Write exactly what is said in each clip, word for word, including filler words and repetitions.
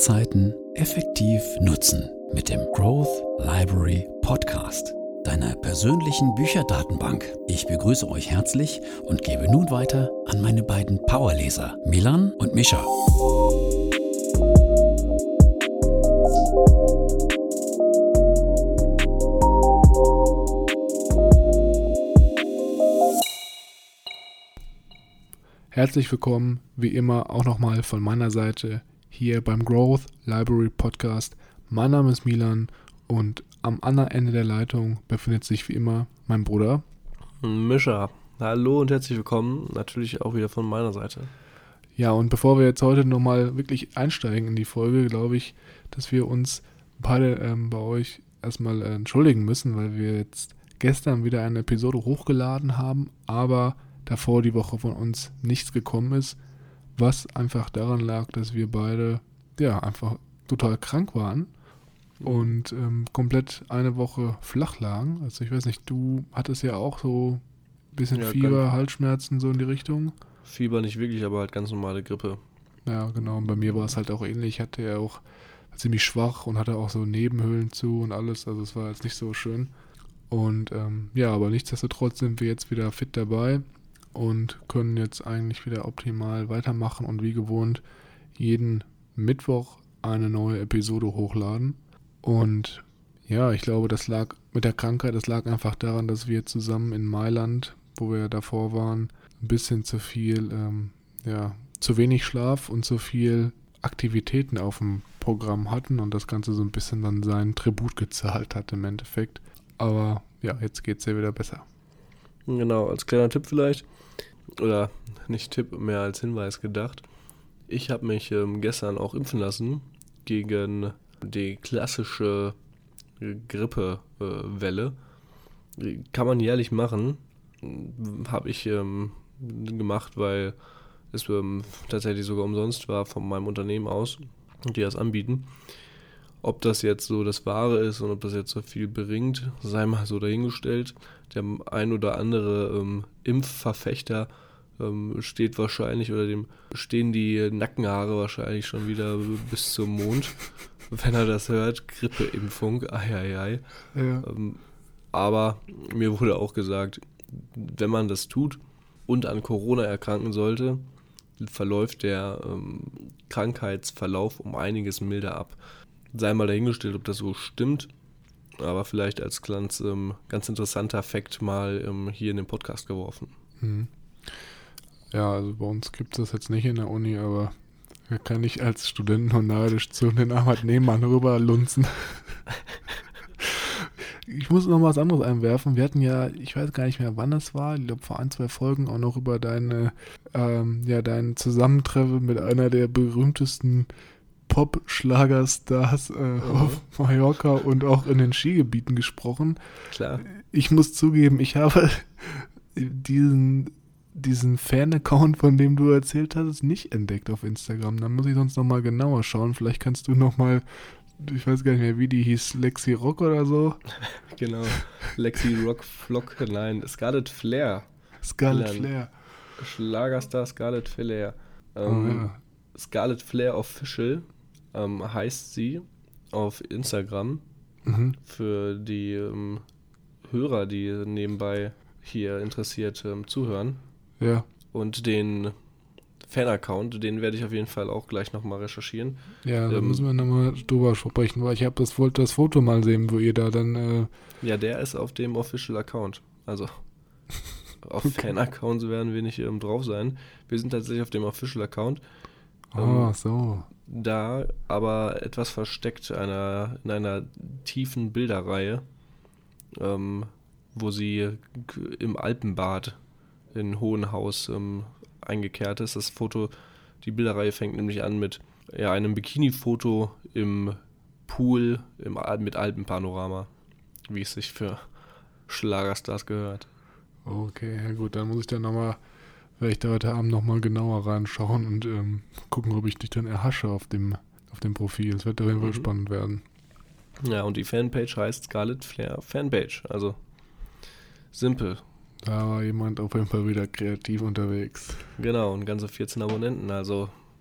Zeiten effektiv nutzen mit dem Growth Library Podcast, deiner persönlichen Bücherdatenbank. Ich begrüße euch herzlich und gebe nun weiter an meine beiden Powerleser, Milan und Mischa. Herzlich willkommen, wie immer, auch nochmal von meiner Seite hier beim Growth Library Podcast. Mein Name ist Milan und am anderen Ende der Leitung befindet sich wie immer mein Bruder Mischa. Hallo und herzlich willkommen, natürlich auch wieder von meiner Seite. Ja, und bevor wir jetzt heute nochmal wirklich einsteigen in die Folge, glaube ich, dass wir uns beide ähm, bei euch erstmal äh, entschuldigen müssen, weil wir jetzt gestern wieder eine Episode hochgeladen haben, aber davor die Woche von uns nichts gekommen ist, was einfach daran lag, dass wir beide ja einfach total krank waren und ähm, komplett eine Woche flach lagen. Also ich weiß nicht, du hattest ja auch so ein bisschen Ja, Fieber, ganz- Halsschmerzen so in die Richtung. Fieber nicht wirklich, aber halt ganz normale Grippe. Ja, genau. Und bei mir war es halt auch ähnlich. Ich hatte ja auch ziemlich schwach und hatte auch so Nebenhöhlen zu und alles. Also es war jetzt nicht so schön. Und ähm, ja, aber nichtsdestotrotz sind wir jetzt wieder fit dabei und können jetzt eigentlich wieder optimal weitermachen und wie gewohnt jeden Mittwoch eine neue Episode hochladen. Und ja, ich glaube, das lag mit der Krankheit, das lag einfach daran, dass wir zusammen in Mailand, wo wir ja davor waren, ein bisschen zu viel, ähm, ja, zu wenig Schlaf und zu viel Aktivitäten auf dem Programm hatten und das Ganze so ein bisschen dann seinen Tribut gezahlt hat im Endeffekt. Aber ja, jetzt geht's ja wieder besser. Genau, als kleiner Tipp vielleicht, oder nicht Tipp, mehr als Hinweis gedacht. Ich habe mich ähm, gestern auch impfen lassen gegen die klassische äh, Grippewelle. Äh, Kann man jährlich machen. Habe ich ähm, gemacht, weil es ähm, tatsächlich sogar umsonst war von meinem Unternehmen aus, die das anbieten. Ob das jetzt so das Wahre ist und ob das jetzt so viel bringt, sei mal so dahingestellt. Der ein oder andere ähm, Impfverfechter ähm, steht wahrscheinlich, oder dem stehen die Nackenhaare wahrscheinlich schon wieder bis zum Mond, wenn er das hört. Grippeimpfung, ai, ai, ai. Ja. Ähm, aber mir wurde auch gesagt, wenn man das tut und an Corona erkranken sollte, verläuft der ähm, Krankheitsverlauf um einiges milder ab. Sei mal dahingestellt, ob das so stimmt, aber vielleicht als ganz, ähm, ganz interessanter Fakt mal ähm, hier in den Podcast geworfen. Mhm. Ja, also bei uns gibt es das jetzt nicht in der Uni, aber da kann ich als Student nur neidisch zu den Arbeitnehmern rüber lunzen. Ich muss noch mal was anderes einwerfen. Wir hatten ja, ich weiß gar nicht mehr, wann das war, ich glaube vor ein, zwei Folgen auch noch über deine, ähm, ja, dein Zusammentreffen mit einer der berühmtesten Pop-Schlagerstars äh, Mhm. auf Mallorca und auch in den Skigebieten gesprochen. Klar. Ich muss zugeben, ich habe diesen, diesen Fan-Account, von dem du erzählt hast, nicht entdeckt auf Instagram. Da muss ich sonst nochmal genauer schauen. Vielleicht kannst du nochmal, ich weiß gar nicht mehr, wie die hieß, Lexi Rock oder so. Genau. Lexi Rock Flock, nein, Scarlett Flair. Scarlett Milan. Flair. Schlagerstar Scarlett Flair. Oh, Ähm, ja. Scarlett Flair Official ähm, heißt sie auf Instagram. Mhm. Für die ähm, Hörer, die nebenbei hier interessiert ähm, zuhören. Ja, Und den Fan-Account, den werde ich auf jeden Fall auch gleich nochmal recherchieren. ja, da Ähm, müssen wir nochmal drüber sprechen, weil ich habe das, wollte das Foto mal sehen, wo ihr da dann, äh, Ja, der ist auf dem Official Account. Also auf Okay. Fan-Accounts werden wir nicht ähm, drauf sein. Wir sind tatsächlich auf dem Official Account. ah, Ähm, so. Da aber etwas versteckt einer, in einer tiefen Bilderreihe, ähm, wo sie k- im Alpenbad in Hohenhaus ähm, eingekehrt ist. Das Foto, die Bilderreihe fängt nämlich an mit ja, einem Bikini-Foto im Pool im, Al- mit Alpenpanorama, wie es sich für Schlagerstars gehört. Okay, ja gut, dann muss ich dann nochmal, werde ich da heute Abend nochmal genauer reinschauen und ähm, gucken, ob ich dich dann erhasche auf dem, auf dem Profil. Es wird auf jeden Fall Mhm. spannend werden. Ja, und die Fanpage heißt Scarlett Flair Fanpage, also simpel. Da war jemand auf jeden Fall wieder kreativ unterwegs. Genau, und ganze vierzehn Abonnenten, also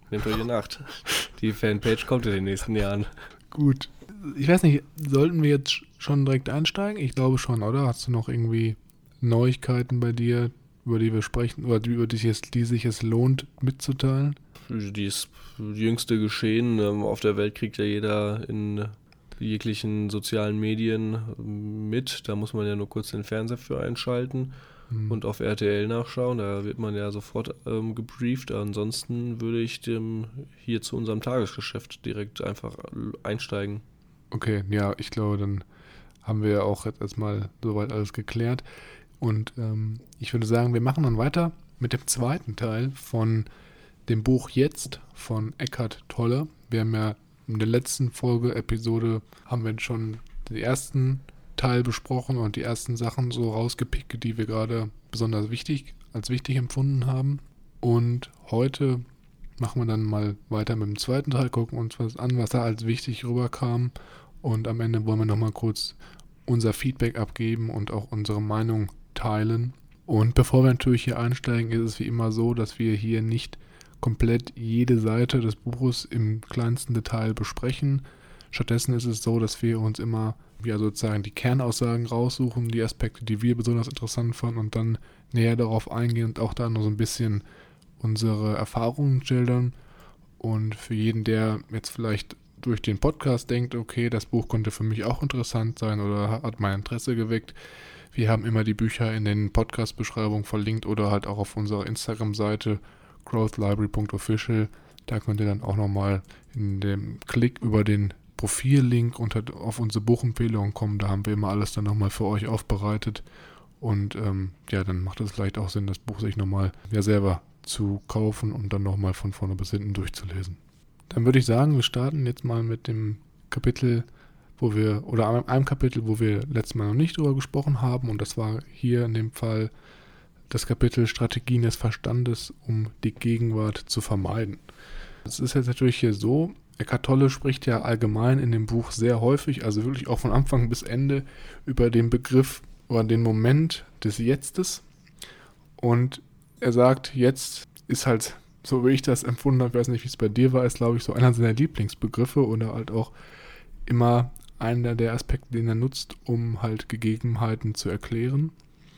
nehmt euch in Acht. Die Fanpage kommt in den nächsten Jahren. Gut. Ich weiß nicht, sollten wir jetzt schon direkt einsteigen? Ich glaube schon, oder? Hast du noch irgendwie Neuigkeiten bei dir, über die wir sprechen, oder über die, es, die sich es lohnt mitzuteilen? Das jüngste Geschehen auf der Welt kriegt ja jeder in jeglichen sozialen Medien mit. Da muss man ja nur kurz den Fernseher für einschalten hm. und auf R T L nachschauen. Da wird man ja sofort ähm, gebrieft. Ansonsten würde ich dem hier zu unserem Tagesgeschäft direkt einfach einsteigen. Okay, ja, ich glaube, dann haben wir ja auch jetzt erstmal soweit alles geklärt. Und ähm, ich würde sagen, wir machen dann weiter mit dem zweiten Teil von dem Buch Jetzt von Eckhart Tolle. Wir haben ja in der letzten Folge, Episode, haben wir schon den ersten Teil besprochen und die ersten Sachen so rausgepickt, die wir gerade besonders wichtig, als wichtig empfunden haben. Und heute machen wir dann mal weiter mit dem zweiten Teil, gucken uns was an, was da als wichtig rüberkam. Und am Ende wollen wir nochmal kurz unser Feedback abgeben und auch unsere Meinung teilen. Und bevor wir natürlich hier einsteigen, ist es wie immer so, dass wir hier nicht komplett jede Seite des Buches im kleinsten Detail besprechen. Stattdessen ist es so, dass wir uns immer ja sozusagen die Kernaussagen raussuchen, die Aspekte, die wir besonders interessant fanden und dann näher darauf eingehen und auch da noch so ein bisschen unsere Erfahrungen schildern. Und für jeden, der jetzt vielleicht durch den Podcast denkt, okay, das Buch könnte für mich auch interessant sein oder hat mein Interesse geweckt, wir haben immer die Bücher in den Podcast-Beschreibungen verlinkt oder halt auch auf unserer Instagram-Seite growth library punkt official. Da könnt ihr dann auch nochmal in dem Klick über den Profil-Link unter, auf unsere Buchempfehlungen kommen. Da haben wir immer alles dann nochmal für euch aufbereitet. Und ähm, ja, dann macht es vielleicht auch Sinn, das Buch sich nochmal ja selber zu kaufen und dann nochmal von vorne bis hinten durchzulesen. Dann würde ich sagen, wir starten jetzt mal mit dem Kapitel, wo wir, oder einem Kapitel, wo wir letztes Mal noch nicht drüber gesprochen haben. Und das war hier in dem Fall das Kapitel Strategien des Verstandes, um die Gegenwart zu vermeiden. Es ist jetzt natürlich hier so, Eckhart Tolle spricht ja allgemein in dem Buch sehr häufig, also wirklich auch von Anfang bis Ende, über den Begriff oder den Moment des Jetztes. Und er sagt, jetzt ist halt, so wie ich das empfunden habe, ich weiß nicht, wie es bei dir war, ist, glaube ich, so einer seiner Lieblingsbegriffe oder halt auch immer einer der Aspekte, den er nutzt, um halt Gegebenheiten zu erklären.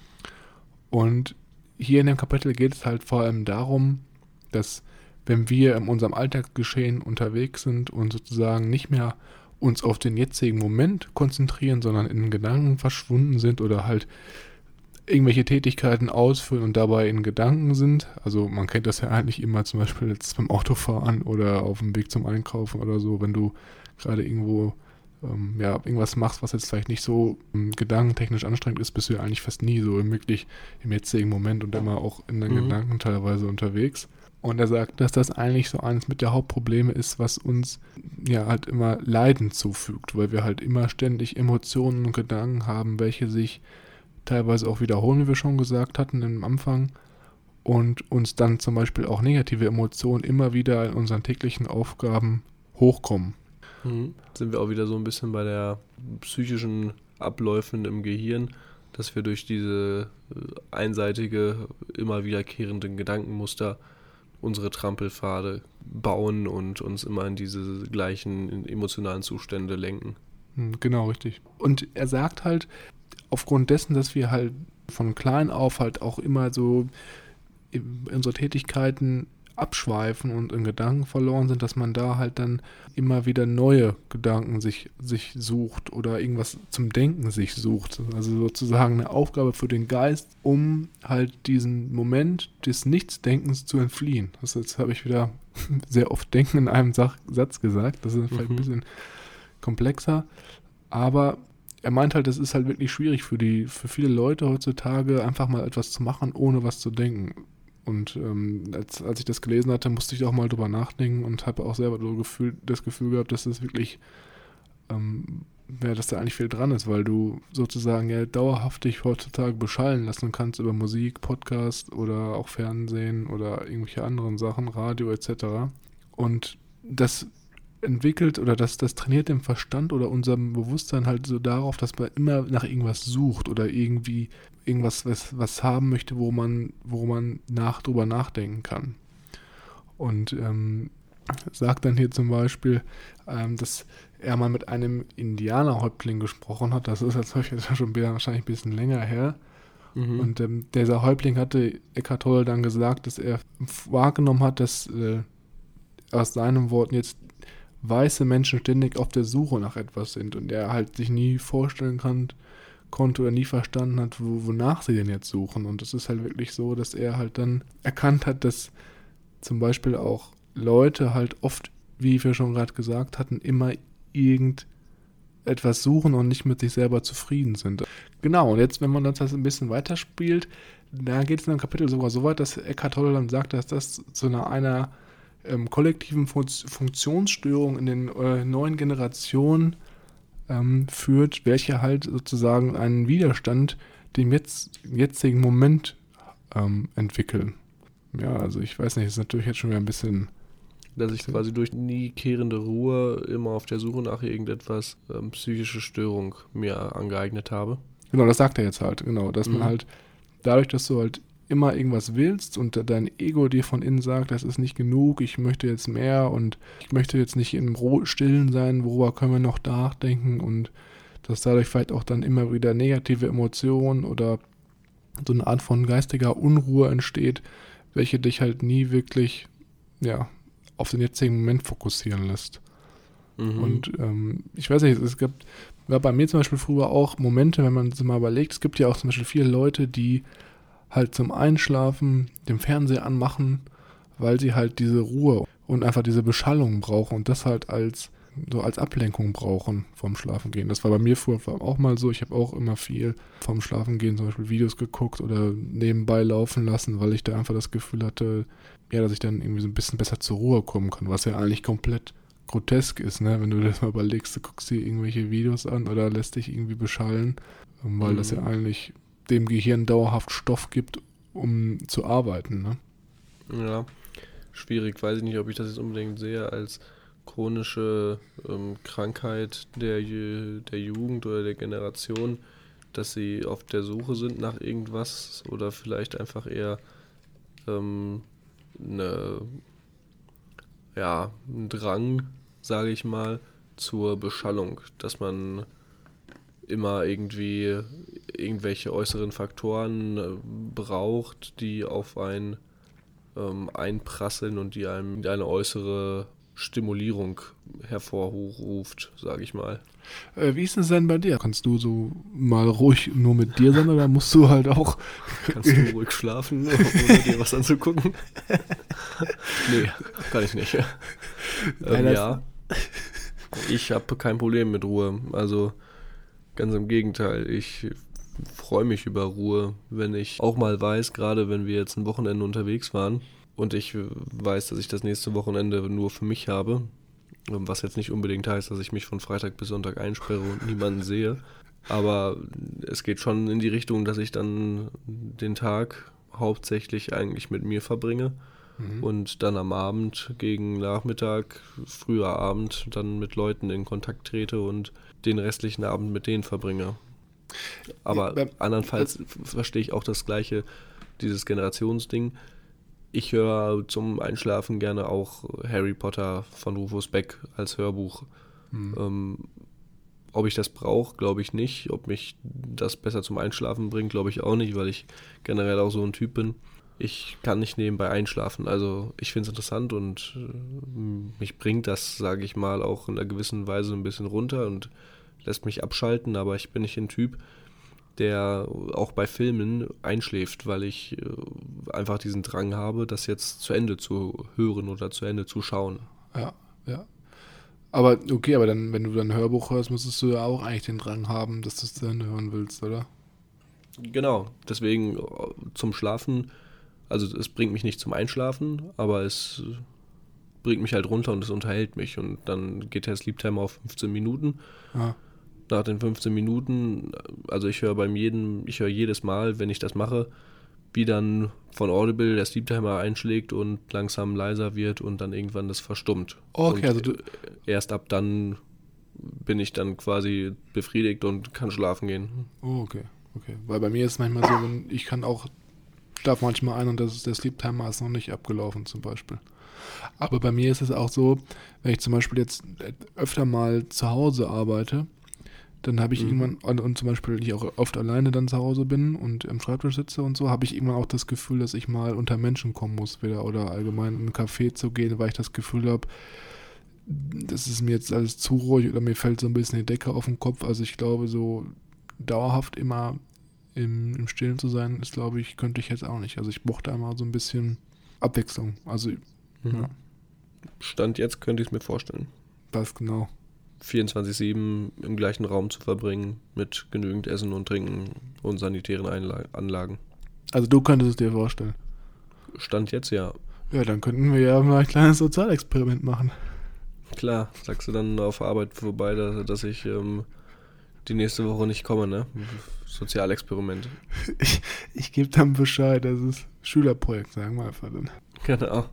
Und hier in dem Kapitel geht es halt vor allem darum, dass wenn wir in unserem Alltagsgeschehen unterwegs sind und sozusagen nicht mehr uns auf den jetzigen Moment konzentrieren, sondern in Gedanken verschwunden sind oder halt irgendwelche Tätigkeiten ausführen und dabei in Gedanken sind. Also man kennt das ja eigentlich immer zum Beispiel jetzt beim Autofahren oder auf dem Weg zum Einkaufen oder so, wenn du gerade irgendwo ähm, ja, irgendwas machst, was jetzt vielleicht nicht so ähm, gedankentechnisch anstrengend ist, bist du ja eigentlich fast nie so im, wirklich im jetzigen Moment und immer auch in den mhm. Gedanken teilweise unterwegs. Und er sagt, dass das eigentlich so eines mit der Hauptprobleme ist, was uns ja halt immer Leiden zufügt, weil wir halt immer ständig Emotionen und Gedanken haben, welche sich teilweise auch wiederholen, wie wir schon gesagt hatten am Anfang, und uns dann zum Beispiel auch negative Emotionen immer wieder in unseren täglichen Aufgaben hochkommen. Mhm. Sind wir auch wieder so ein bisschen bei der psychischen Abläufen im Gehirn, dass wir durch diese einseitige, immer wiederkehrenden Gedankenmuster unsere Trampelpfade bauen und uns immer in diese gleichen emotionalen Zustände lenken. Genau, richtig. Und er sagt halt, aufgrund dessen, dass wir halt von klein auf halt auch immer so unsere Tätigkeiten abschweifen und in Gedanken verloren sind, dass man da halt dann immer wieder neue Gedanken sich, sich sucht oder irgendwas zum Denken sich sucht. Also sozusagen eine Aufgabe für den Geist, um halt diesen Moment des Nichtsdenkens zu entfliehen. Das jetzt habe ich wieder sehr oft Denken in einem Sach- Satz gesagt. Das ist vielleicht mhm. ein bisschen komplexer, aber er meint halt, es ist halt wirklich schwierig für die, für viele Leute heutzutage, einfach mal etwas zu machen, ohne was zu denken. Und ähm, als, als ich das gelesen hatte, musste ich auch mal drüber nachdenken und habe auch selber so Gefühl, das Gefühl gehabt, dass das wirklich, ähm, ja, dass da eigentlich viel dran ist, weil du sozusagen ja dauerhaft dich heutzutage beschallen lassen kannst über Musik, Podcast oder auch Fernsehen oder irgendwelche anderen Sachen, Radio et cetera. Und das entwickelt oder das, das trainiert den Verstand oder unserem Bewusstsein halt so darauf, dass man immer nach irgendwas sucht oder irgendwie irgendwas was, was haben möchte, wo man, wo man nach, drüber nachdenken kann. Und ähm, sagt dann hier zum Beispiel, ähm, dass er mal mit einem Indianerhäuptling gesprochen hat. Das ist jetzt schon wahrscheinlich ein bisschen länger her. Mhm. Und ähm, dieser Häuptling hatte Eckhart Tolle dann gesagt, dass er wahrgenommen hat, dass äh, aus seinen Worten jetzt weiße Menschen ständig auf der Suche nach etwas sind und er halt sich nie vorstellen kann, konnte oder nie verstanden hat, wo, wonach sie denn jetzt suchen. Und es ist halt wirklich so, dass er halt dann erkannt hat, dass zum Beispiel auch Leute halt oft, wie wir schon gerade gesagt hatten, immer irgendetwas suchen und nicht mit sich selber zufrieden sind. Genau, und jetzt, wenn man das ein bisschen weiterspielt, da geht es in einem Kapitel sogar so weit, dass Eckhart Tolle dann sagt, dass das zu einer, einer ähm, kollektiven Fun- Funktionsstörung in den äh, neuen Generationen ähm, führt, welche halt sozusagen einen Widerstand dem jetzt, jetzigen Moment ähm, entwickeln. Ja, also ich weiß nicht, das ist natürlich jetzt schon wieder ein bisschen... Dass ich quasi durch nie kehrende Ruhe immer auf der Suche nach irgendetwas ähm, psychische Störung mir angeeignet habe. Genau, das sagt er jetzt halt, genau, dass mhm. man halt dadurch, dass du halt immer irgendwas willst und dein Ego dir von innen sagt, das ist nicht genug, ich möchte jetzt mehr und ich möchte jetzt nicht im Stillen sein, worüber können wir noch nachdenken und dass dadurch vielleicht auch dann immer wieder negative Emotionen oder so eine Art von geistiger Unruhe entsteht, welche dich halt nie wirklich, ja, auf den jetzigen Moment fokussieren lässt. Mhm. Und ähm, ich weiß nicht, es gab, gab bei mir zum Beispiel früher auch Momente, wenn man sich mal überlegt, es gibt ja auch zum Beispiel viele Leute, die halt zum Einschlafen den Fernseher anmachen, weil sie halt diese Ruhe und einfach diese Beschallung brauchen und das halt als so als Ablenkung brauchen vom Schlafengehen. Das war bei mir früher auch mal so. Ich habe auch immer viel vom Schlafengehen zum Beispiel Videos geguckt oder nebenbei laufen lassen, weil ich da einfach das Gefühl hatte, ja, dass ich dann irgendwie so ein bisschen besser zur Ruhe kommen kann, was ja eigentlich komplett grotesk ist, ne? Wenn du das mal überlegst, du guckst dir irgendwelche Videos an oder lässt dich irgendwie beschallen, weil mhm. das ja eigentlich dem Gehirn dauerhaft Stoff gibt, um zu arbeiten, ne? Ja, schwierig. Weiß ich nicht, ob ich das jetzt unbedingt sehe als chronische ähm, Krankheit der, der Jugend oder der Generation, dass sie auf der Suche sind nach irgendwas oder vielleicht einfach eher ähm, eine, ja, ein Drang, sage ich mal, zur Beschallung, dass man immer irgendwie irgendwelche äußeren Faktoren äh, braucht, die auf einen ähm, einprasseln und die einem eine äußere Stimulierung hervorruft, sage ich mal. Äh, wie ist es denn bei dir? Kannst du so mal ruhig nur mit dir sein oder musst du halt auch... Kannst du ruhig schlafen, ohne dir was anzugucken? Nee, kann ich nicht. Ähm, ja, ich habe kein Problem mit Ruhe. Also ganz im Gegenteil, ich freue mich über Ruhe, wenn ich auch mal weiß, gerade wenn wir jetzt ein Wochenende unterwegs waren, und ich weiß, dass ich das nächste Wochenende nur für mich habe, was jetzt nicht unbedingt heißt, dass ich mich von Freitag bis Sonntag einsperre und niemanden sehe. Aber es geht schon in die Richtung, dass ich dann den Tag hauptsächlich eigentlich mit mir verbringe mhm. und dann am Abend gegen Nachmittag, früher Abend dann mit Leuten in Kontakt trete und den restlichen Abend mit denen verbringe. Aber ja, andernfalls verstehe ich auch das Gleiche, dieses Generationsding. Ich höre zum Einschlafen gerne auch Harry Potter von Rufus Beck als Hörbuch. Hm. Ähm, ob ich das brauche, glaube ich nicht. Ob mich das besser zum Einschlafen bringt, glaube ich auch nicht, weil ich generell auch so ein Typ bin. Ich kann nicht nebenbei einschlafen. Also ich finde es interessant und äh, mich bringt das, sage ich mal, auch in einer gewissen Weise ein bisschen runter und lässt mich abschalten, aber ich bin nicht ein Typ, der auch bei Filmen einschläft, weil ich äh, einfach diesen Drang habe, das jetzt zu Ende zu hören oder zu Ende zu schauen. Ja, ja. Aber okay, aber dann, wenn du dann ein Hörbuch hörst, müsstest du ja auch eigentlich den Drang haben, dass du es dann hören willst, oder? Genau, deswegen zum Schlafen, also es bringt mich nicht zum Einschlafen, aber es bringt mich halt runter und es unterhält mich und dann geht der Sleep Timer auf fünfzehn Minuten. Ja. Nach den fünfzehn Minuten, also ich höre beim jedem, ich höre jedes Mal, wenn ich das mache, wie dann von Audible der Sleep Timer einschlägt und langsam leiser wird und dann irgendwann das verstummt. Okay, und also du erst ab dann bin ich dann quasi befriedigt und kann schlafen gehen. Oh, okay, okay. Weil bei mir ist es manchmal so, wenn ich kann auch schlafe manchmal ein und das ist, der Sleep Timer ist noch nicht abgelaufen zum Beispiel. Aber bei mir ist es auch so, wenn ich zum Beispiel jetzt öfter mal zu Hause arbeite, dann habe ich mhm. irgendwann, und, und zum Beispiel ich auch oft alleine dann zu Hause bin und am Schreibtisch sitze und so, habe ich irgendwann auch das Gefühl, dass ich mal unter Menschen kommen muss wieder oder allgemein in einen Café zu gehen, weil ich das Gefühl habe, das ist mir jetzt alles zu ruhig oder mir fällt so ein bisschen die Decke auf den Kopf. Also ich glaube, so dauerhaft immer im, im Stillen zu sein, ist, glaube ich, könnte ich jetzt auch nicht. Also ich brauchte einmal so ein bisschen Abwechslung. Also, mhm. ja. Stand jetzt könnte ich es mir vorstellen. Das genau. vierundzwanzig sieben im gleichen Raum zu verbringen mit genügend Essen und Trinken und sanitären Einla- Anlagen. Also du könntest es dir vorstellen? Stand jetzt, ja. Ja, dann könnten wir ja mal ein kleines Sozialexperiment machen. Klar, sagst du dann auf Arbeit vorbei, dass, dass ich ähm, die nächste Woche nicht komme, ne? Sozialexperiment. Ich, ich gebe dann Bescheid, das ist Schülerprojekt, sagen wir einfach dann. Genau.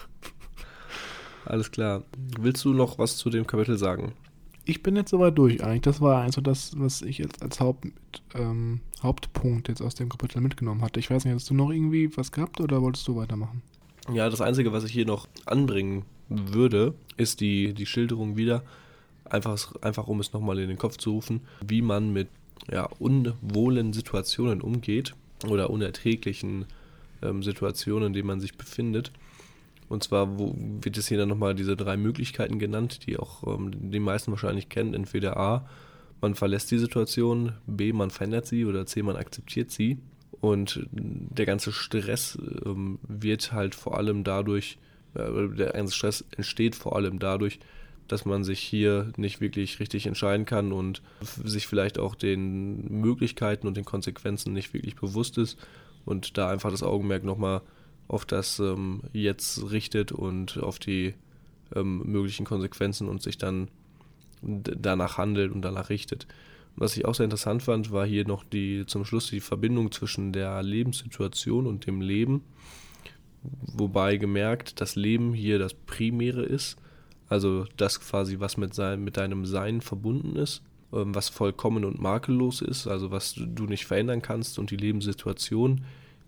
Alles klar. Willst du noch was zu dem Kapitel sagen? Ich bin jetzt soweit durch eigentlich. Das war also das, was ich jetzt als Haupt, ähm, Hauptpunkt jetzt aus dem Kapitel mitgenommen hatte. Ich weiß nicht, hast du noch irgendwie was gehabt oder wolltest du weitermachen? Ja, das Einzige, was ich hier noch anbringen würde, ist die, die Schilderung wieder, einfach, einfach um es nochmal in den Kopf zu rufen, wie man mit ja, unwohlen Situationen umgeht oder unerträglichen ähm, Situationen, in denen man sich befindet. Und zwar wo, wird es hier dann nochmal diese drei Möglichkeiten genannt, die auch ähm, die meisten wahrscheinlich kennen. Entweder A, man verlässt die Situation, B, man verändert sie oder C, man akzeptiert sie. Und der ganze Stress ähm, wird halt vor allem dadurch, äh, der ganze Stress entsteht vor allem dadurch, dass man sich hier nicht wirklich richtig entscheiden kann und sich vielleicht auch den Möglichkeiten und den Konsequenzen nicht wirklich bewusst ist und da einfach das Augenmerk nochmal auf das ähm, Jetzt richtet und auf die ähm, möglichen Konsequenzen und sich dann d- danach handelt und danach richtet. Und was ich auch sehr interessant fand, war hier noch die zum Schluss die Verbindung zwischen der Lebenssituation und dem Leben, wobei gemerkt, das Leben hier das Primäre ist, also das quasi, was mit, sein, mit deinem Sein verbunden ist, ähm, was vollkommen und makellos ist, also was du, du nicht verändern kannst, und die Lebenssituation,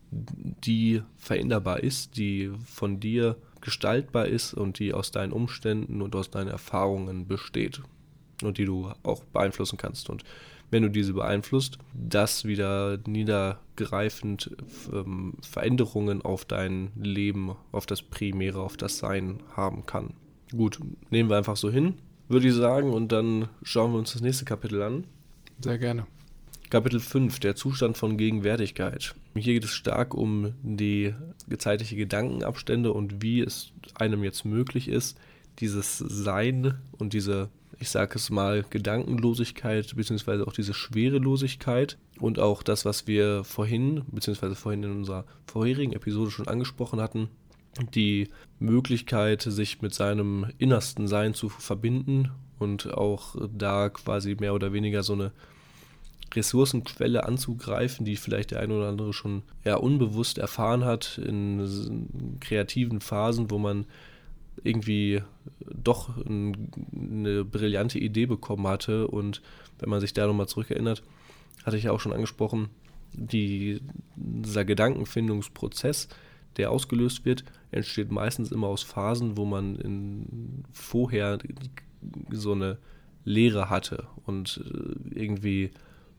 die veränderbar ist, die von dir gestaltbar ist und die aus deinen Umständen und aus deinen Erfahrungen besteht und die du auch beeinflussen kannst. Und wenn du diese beeinflusst, das wieder niedergreifend ähm, Veränderungen auf dein Leben, auf das Primäre, auf das Sein haben kann. Gut, nehmen wir einfach so hin, würde ich sagen, und dann schauen wir uns das nächste Kapitel an. Sehr gerne. Kapitel fünf, der Zustand von Gegenwärtigkeit. Hier geht es stark um die zeitliche Gedankenabstände und wie es einem jetzt möglich ist, dieses Sein und diese, ich sage es mal, Gedankenlosigkeit, beziehungsweise auch diese Schwerelosigkeit und auch das, was wir vorhin, beziehungsweise vorhin in unserer vorherigen Episode schon angesprochen hatten, die Möglichkeit, sich mit seinem innersten Sein zu verbinden und auch da quasi mehr oder weniger so eine Ressourcenquelle anzugreifen, die vielleicht der eine oder andere schon eher unbewusst erfahren hat in kreativen Phasen, wo man irgendwie doch ein, eine brillante Idee bekommen hatte. Und wenn man sich da nochmal zurückerinnert, hatte ich ja auch schon angesprochen, die, dieser Gedankenfindungsprozess, der ausgelöst wird, entsteht meistens immer aus Phasen, wo man in, vorher so eine Leere hatte und irgendwie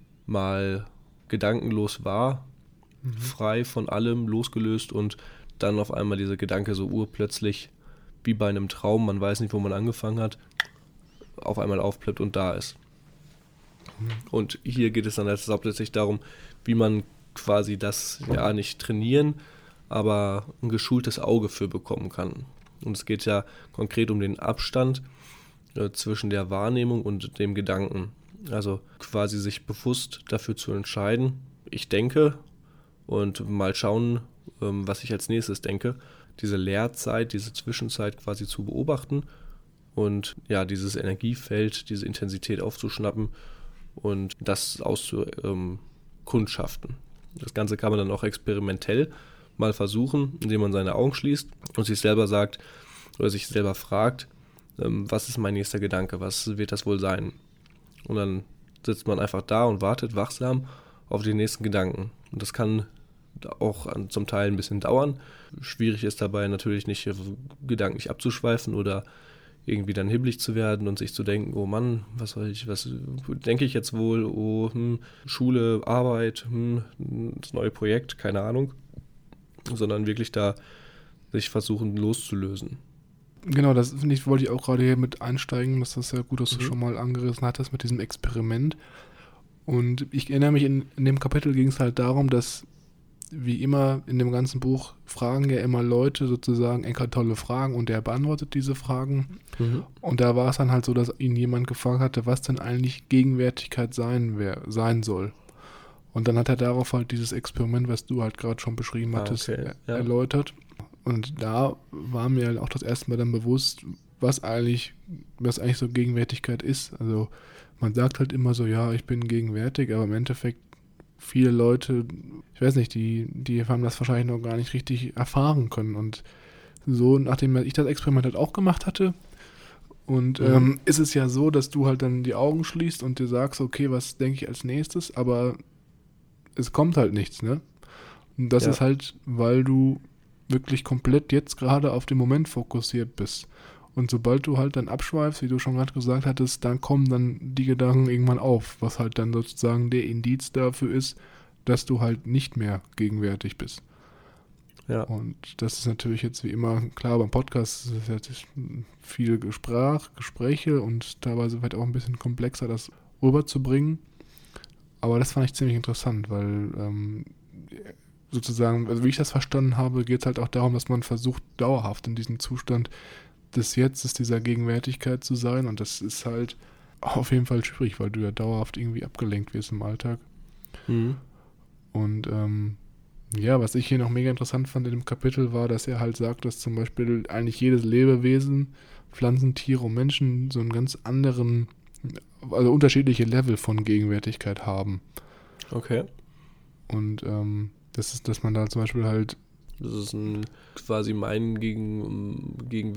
mal gedankenlos war, mhm. frei von allem, losgelöst, und dann auf einmal dieser Gedanke so urplötzlich, wie bei einem Traum, man weiß nicht, wo man angefangen hat, auf einmal aufploppt und da ist. Mhm. Und hier geht es dann also hauptsächlich darum, wie man quasi das ja nicht trainieren, aber ein geschultes Auge für bekommen kann. Und es geht ja konkret um den Abstand äh, zwischen der Wahrnehmung und dem Gedanken. Also quasi sich bewusst dafür zu entscheiden, ich denke, und mal schauen, ähm, was ich als nächstes denke, diese Leerzeit, diese Zwischenzeit quasi zu beobachten und ja, dieses Energiefeld, diese Intensität aufzuschnappen und das auszukundschaften. Das Ganze kann man dann auch experimentell mal versuchen, indem man seine Augen schließt und sich selber sagt oder sich selber fragt, ähm, was ist mein nächster Gedanke, was wird das wohl sein? Und dann sitzt man einfach da und wartet wachsam auf den nächsten Gedanken. Und das kann auch an, zum Teil ein bisschen dauern. Schwierig ist dabei natürlich nicht gedanklich abzuschweifen oder irgendwie dann hibbelig zu werden und sich zu denken, oh Mann, was soll ich, was denke ich jetzt wohl, oh, hm, Schule, Arbeit, hm, das neue Projekt, keine Ahnung, sondern wirklich da sich versuchen loszulösen. Genau, das finde ich, wollte ich auch gerade hier mit einsteigen, das ist ja gut, dass du Mhm. schon mal angerissen hattest mit diesem Experiment. Und ich erinnere mich, in, in dem Kapitel ging es halt darum, dass wie immer in dem ganzen Buch fragen ja immer Leute sozusagen Eckhart Tolle Fragen und der beantwortet diese Fragen. Mhm. Und da war es dann halt so, dass ihn jemand gefragt hatte, was denn eigentlich Gegenwärtigkeit sein, wär, sein soll. Und dann hat er darauf halt dieses Experiment, was du halt gerade schon beschrieben Ah, hattest, okay, er, ja. erläutert. Und da war mir halt auch das erste Mal dann bewusst, was eigentlich, was eigentlich so Gegenwärtigkeit ist. Also man sagt halt immer so, ja, ich bin gegenwärtig, aber im Endeffekt viele Leute, ich weiß nicht, die, die haben das wahrscheinlich noch gar nicht richtig erfahren können. Und so, nachdem ich das Experiment halt auch gemacht hatte, und Mhm. ähm, ist es ja so, dass du halt dann die Augen schließt und dir sagst, okay, was denke ich als nächstes, aber es kommt halt nichts, ne? Und das Ja. ist halt, weil du wirklich komplett jetzt gerade auf den Moment fokussiert bist. Und sobald du halt dann abschweifst, wie du schon gerade gesagt hattest, dann kommen dann die Gedanken irgendwann auf, was halt dann sozusagen der Indiz dafür ist, dass du halt nicht mehr gegenwärtig bist. Ja. Und das ist natürlich jetzt wie immer, klar, beim Podcast ist es jetzt viel Sprach, Gespräche und teilweise vielleicht auch ein bisschen komplexer, das rüberzubringen. Aber das fand ich ziemlich interessant, weil ähm, sozusagen, also wie ich das verstanden habe, geht es halt auch darum, dass man versucht, dauerhaft in diesem Zustand des Jetztes, dieser Gegenwärtigkeit zu sein. Und das ist halt auf jeden Fall schwierig, weil du ja dauerhaft irgendwie abgelenkt wirst im Alltag. Mhm. Und ähm, ja, was ich hier noch mega interessant fand in dem Kapitel war, dass er halt sagt, dass zum Beispiel eigentlich jedes Lebewesen, Pflanzen, Tiere und Menschen so einen ganz anderen, also unterschiedliche Level von Gegenwärtigkeit haben. Okay. Und ähm, das ist, dass man da zum Beispiel halt, Das ist ein quasi mein Gegen,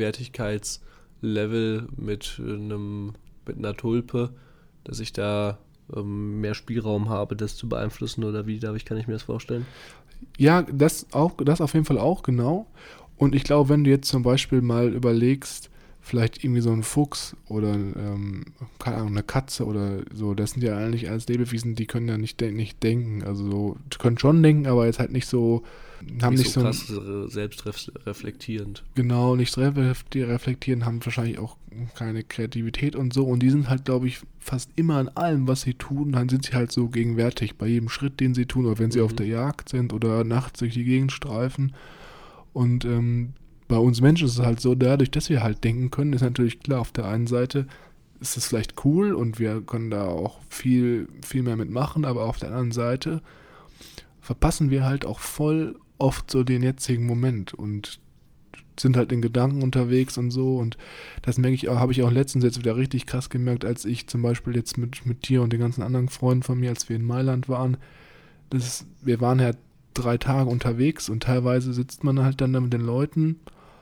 Gegenwärtigkeitslevel mit einem mit einer Tulpe, dass ich da ähm, mehr Spielraum habe, das zu beeinflussen oder wie darf ich, kann ich mir das vorstellen? ja, das auch, das auf jeden Fall auch, genau. Und ich glaube, wenn du jetzt zum Beispiel mal überlegst, vielleicht irgendwie so ein Fuchs oder, ähm, keine Ahnung, eine Katze oder so, das sind ja eigentlich als Lebewesen, die können ja nicht, de- nicht denken. Also so, die können schon denken, aber jetzt halt nicht so, haben nicht, nicht so so, krass äh, selbstreflektierend. genau, nicht reflektieren, reflektieren, haben wahrscheinlich auch keine Kreativität und so. Und die sind halt, glaube ich, fast immer in allem, was sie tun, dann sind sie halt so gegenwärtig bei jedem Schritt, den sie tun, oder wenn sie Mhm. auf der Jagd sind oder nachts durch die Gegend streifen. Und ähm, bei uns Menschen ist es halt so, dadurch, dass wir halt denken können, ist natürlich klar, auf der einen Seite ist es vielleicht cool und wir können da auch viel, viel mehr mitmachen, aber auf der anderen Seite verpassen wir halt auch voll oft so den jetzigen Moment und sind halt in Gedanken unterwegs und so. Und das merke ich auch, habe ich auch letztens jetzt wieder richtig krass gemerkt, als ich zum Beispiel jetzt mit, mit dir und den ganzen anderen Freunden von mir, als wir in Mailand waren, das, wir waren ja drei Tage unterwegs und teilweise sitzt man halt dann da mit den Leuten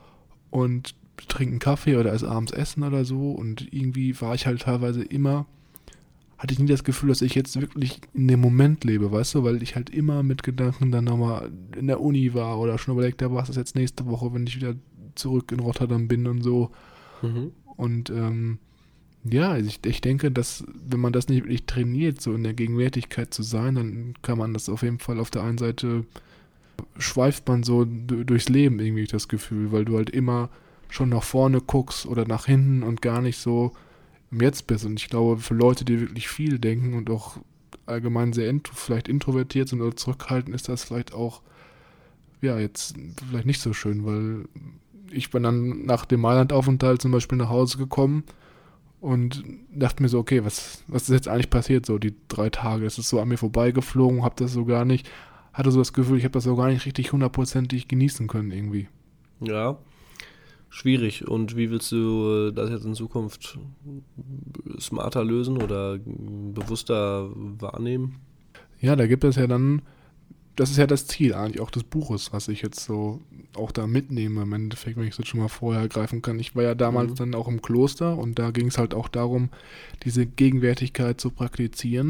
und trinkt einen Kaffee oder ist abends essen oder so und irgendwie war ich halt teilweise immer, hatte ich nie das Gefühl, dass ich jetzt wirklich in dem Moment lebe, weißt du, weil ich halt immer mit Gedanken dann nochmal in der Uni war oder schon überlegt habe, was ist jetzt nächste Woche, wenn ich wieder zurück in Rotterdam bin und so. Mhm. Und ähm, ja, ich, ich denke, dass wenn man das nicht wirklich trainiert, so in der Gegenwärtigkeit zu sein, dann kann man das auf jeden Fall auf der einen Seite schweift man so d- durchs Leben irgendwie das Gefühl, weil du halt immer schon nach vorne guckst oder nach hinten und gar nicht so im Jetzt bist. Und ich glaube, für Leute, die wirklich viel denken und auch allgemein sehr intro, vielleicht introvertiert sind oder zurückhaltend, ist das vielleicht auch, ja, jetzt vielleicht nicht so schön, weil ich bin dann nach dem Mailand-Aufenthalt zum Beispiel nach Hause gekommen und dachte mir so, okay, was, was ist jetzt eigentlich passiert, so die drei Tage? Es ist so an mir vorbeigeflogen, hab das so gar nicht, hatte so das Gefühl, ich habe das so gar nicht richtig hundertprozentig genießen können irgendwie. Ja, schwierig. Und wie willst du äh, das jetzt in Zukunft smarter lösen oder bewusster wahrnehmen? Ja, da gibt es ja dann, das ist ja das Ziel eigentlich auch des Buches, was ich jetzt so auch da mitnehme im Endeffekt, wenn ich das schon mal vorher greifen kann. Ich war ja damals Mhm. dann auch im Kloster und da ging es halt auch darum, diese Gegenwärtigkeit zu praktizieren.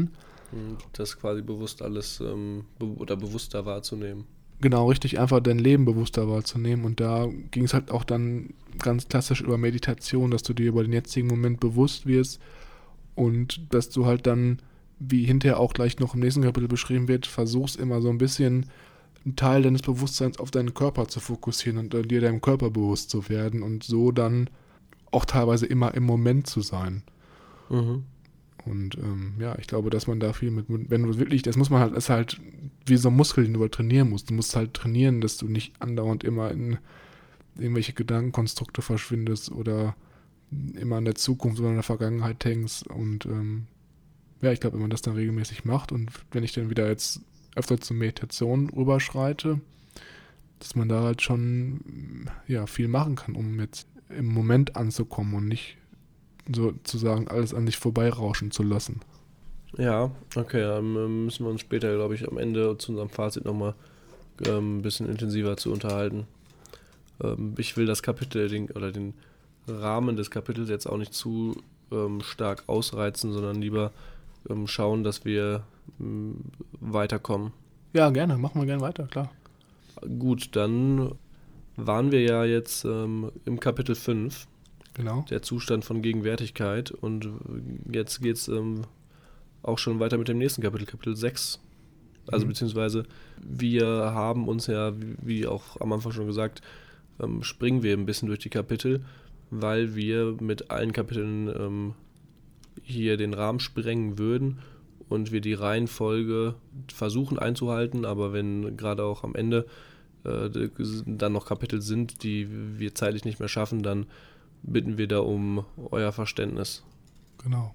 Das quasi bewusst alles ähm, be- oder bewusster wahrzunehmen. Genau, richtig, einfach dein Leben bewusster wahrzunehmen. Und da ging es halt auch dann ganz klassisch über Meditation, dass du dir über den jetzigen Moment bewusst wirst und dass du halt dann, wie hinterher auch gleich noch im nächsten Kapitel beschrieben wird, versuchst immer so ein bisschen einen Teil deines Bewusstseins auf deinen Körper zu fokussieren und äh, dir deinem Körper bewusst zu werden und so dann auch teilweise immer im Moment zu sein. Mhm. Und ähm, ja, ich glaube, dass man da viel mit, wenn du wirklich, das muss man halt, ist halt wie so ein Muskel, den du halt trainieren musst. Du musst halt trainieren, dass du nicht andauernd immer in irgendwelche Gedankenkonstrukte verschwindest oder immer in der Zukunft oder in der Vergangenheit hängst. Und ähm, ja, ich glaube, wenn man das dann regelmäßig macht und wenn ich dann wieder jetzt öfter zur Meditation rüberschreite, dass man da halt schon ja viel machen kann, um jetzt im Moment anzukommen und nicht sozusagen alles an sich vorbeirauschen zu lassen. Ja, okay, dann müssen wir uns später, glaube ich, am Ende zu unserem Fazit nochmal ähm, ein bisschen intensiver zu unterhalten. Ähm, ich will das Kapitel den, oder den Rahmen des Kapitels jetzt auch nicht zu ähm, stark ausreizen, sondern lieber ähm, schauen, dass wir ähm, weiterkommen. Ja, gerne, machen wir gerne weiter, klar. Gut, dann waren wir ja jetzt ähm, im Kapitel fünf. Genau. Der Zustand von Gegenwärtigkeit, und jetzt geht es ähm, auch schon weiter mit dem nächsten Kapitel, Kapitel sechs. Also Mhm. beziehungsweise wir haben uns ja, wie, wie auch am Anfang schon gesagt, ähm, springen wir ein bisschen durch die Kapitel, weil wir mit allen Kapiteln ähm, hier den Rahmen sprengen würden und wir die Reihenfolge versuchen einzuhalten, aber wenn gerade auch am Ende äh, dann noch Kapitel sind, die wir zeitlich nicht mehr schaffen, dann bitten wir da um euer Verständnis. Genau.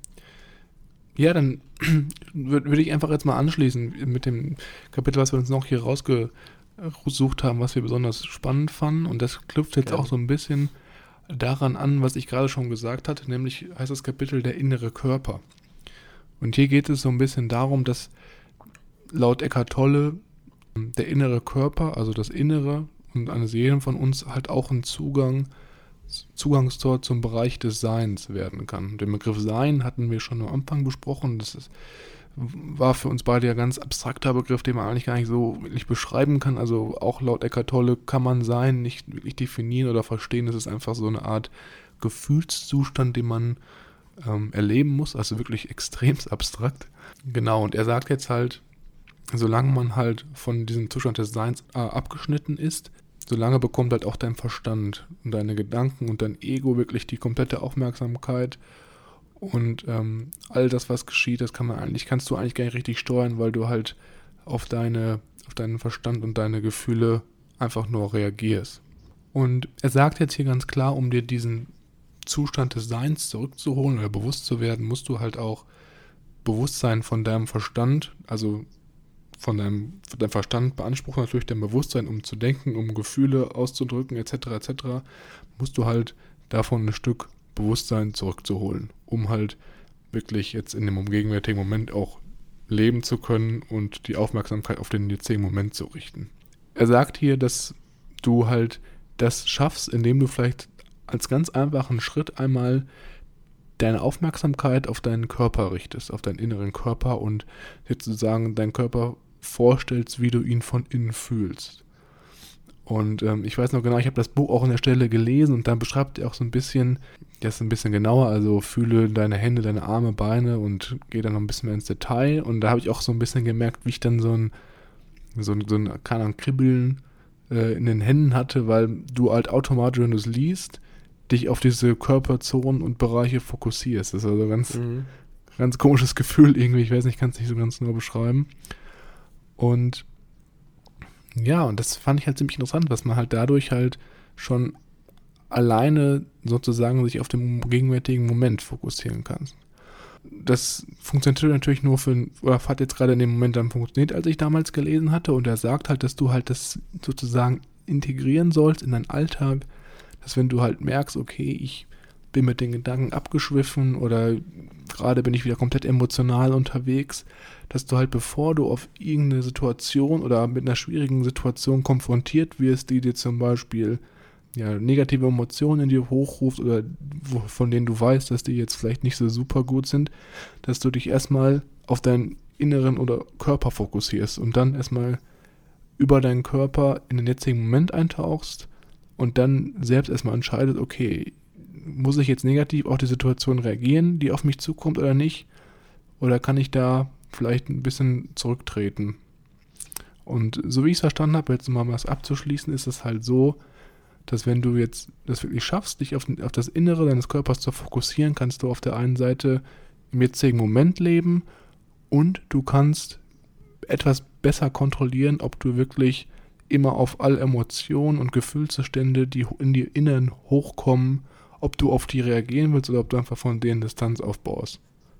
Ja, dann würde würd ich einfach jetzt mal anschließen mit dem Kapitel, was wir uns noch hier rausgesucht haben, was wir besonders spannend fanden. Und das knüpft jetzt Ja. auch so ein bisschen daran an, was ich gerade schon gesagt hatte, nämlich heißt das Kapitel der innere Körper. Und hier geht es so ein bisschen darum, dass laut Eckhart Tolle der innere Körper, also das Innere und eines jeden von uns halt auch ein Zugang Zugangstor zum Bereich des Seins werden kann. Den Begriff Sein hatten wir schon am Anfang besprochen. Das ist, war für uns beide ja ein ganz abstrakter Begriff, den man eigentlich gar nicht so wirklich beschreiben kann. Also auch laut Eckhart Tolle kann man Sein nicht wirklich definieren oder verstehen. Es ist einfach so eine Art Gefühlszustand, den man ähm, erleben muss. Also wirklich extremst abstrakt. Genau, und er sagt jetzt halt, solange man halt von diesem Zustand des Seins äh, abgeschnitten ist, solange bekommt halt auch dein Verstand und deine Gedanken und dein Ego wirklich die komplette Aufmerksamkeit und ähm, all das, was geschieht, das kann man eigentlich, kannst du eigentlich gar nicht richtig steuern, weil du halt auf deine, auf deinen Verstand und deine Gefühle einfach nur reagierst. Und er sagt jetzt hier ganz klar, um dir diesen Zustand des Seins zurückzuholen oder bewusst zu werden, musst du halt auch Bewusstsein von deinem Verstand, also von deinem, von deinem Verstand beansprucht natürlich dein Bewusstsein, um zu denken, um Gefühle auszudrücken, et cetera et cetera, musst du halt davon ein Stück Bewusstsein zurückzuholen, um halt wirklich jetzt in dem gegenwärtigen Moment auch leben zu können und die Aufmerksamkeit auf den jetzigen Moment zu richten. Er sagt hier, dass du halt das schaffst, indem du vielleicht als ganz einfachen Schritt einmal deine Aufmerksamkeit auf deinen Körper richtest, auf deinen inneren Körper und sozusagen deinen Körper vorstellst, wie du ihn von innen fühlst. Und ähm, ich weiß noch genau, ich habe das Buch auch an der Stelle gelesen und dann beschreibt er auch so ein bisschen, das ein bisschen genauer, also fühle deine Hände, deine Arme, Beine und gehe dann noch ein bisschen mehr ins Detail. Und da habe ich auch so ein bisschen gemerkt, wie ich dann so ein, so ein, so ein keine Ahnung, Kribbeln äh, in den Händen hatte, weil du halt automatisch, wenn du es liest, dich auf diese Körperzonen und Bereiche fokussierst. Das ist also ein ganz, Mhm. ganz komisches Gefühl irgendwie, ich weiß nicht, ich kann es nicht so ganz genau beschreiben. Und ja, und das fand ich halt ziemlich interessant, was man halt dadurch halt schon alleine sozusagen sich auf den gegenwärtigen Moment fokussieren kann. Das funktioniert natürlich nur für, oder hat jetzt gerade in dem Moment dann funktioniert, als ich damals gelesen hatte, und er sagt halt, dass du halt das sozusagen integrieren sollst in deinen Alltag, dass wenn du halt merkst, okay, ich bin mit den Gedanken abgeschwiffen oder gerade bin ich wieder komplett emotional unterwegs, dass du halt, bevor du auf irgendeine Situation oder mit einer schwierigen Situation konfrontiert wirst, die dir zum Beispiel ja, negative Emotionen in dir hochruft oder wo, von denen du weißt, dass die jetzt vielleicht nicht so super gut sind, dass du dich erstmal auf deinen inneren oder Körper fokussierst und dann erstmal über deinen Körper in den jetzigen Moment eintauchst und dann selbst erstmal entscheidest, okay, muss ich jetzt negativ auf die Situation reagieren, die auf mich zukommt oder nicht? Oder kann ich da vielleicht ein bisschen zurücktreten? Und so wie ich es verstanden habe, jetzt mal was abzuschließen, ist es halt so, dass wenn du jetzt das wirklich schaffst, dich auf, auf das Innere deines Körpers zu fokussieren, kannst du auf der einen Seite im jetzigen Moment leben und du kannst etwas besser kontrollieren, ob du wirklich immer auf alle Emotionen und Gefühlszustände, die in dir innen hochkommen, ob du auf die reagieren willst oder ob du einfach von denen Distanz aufbaust.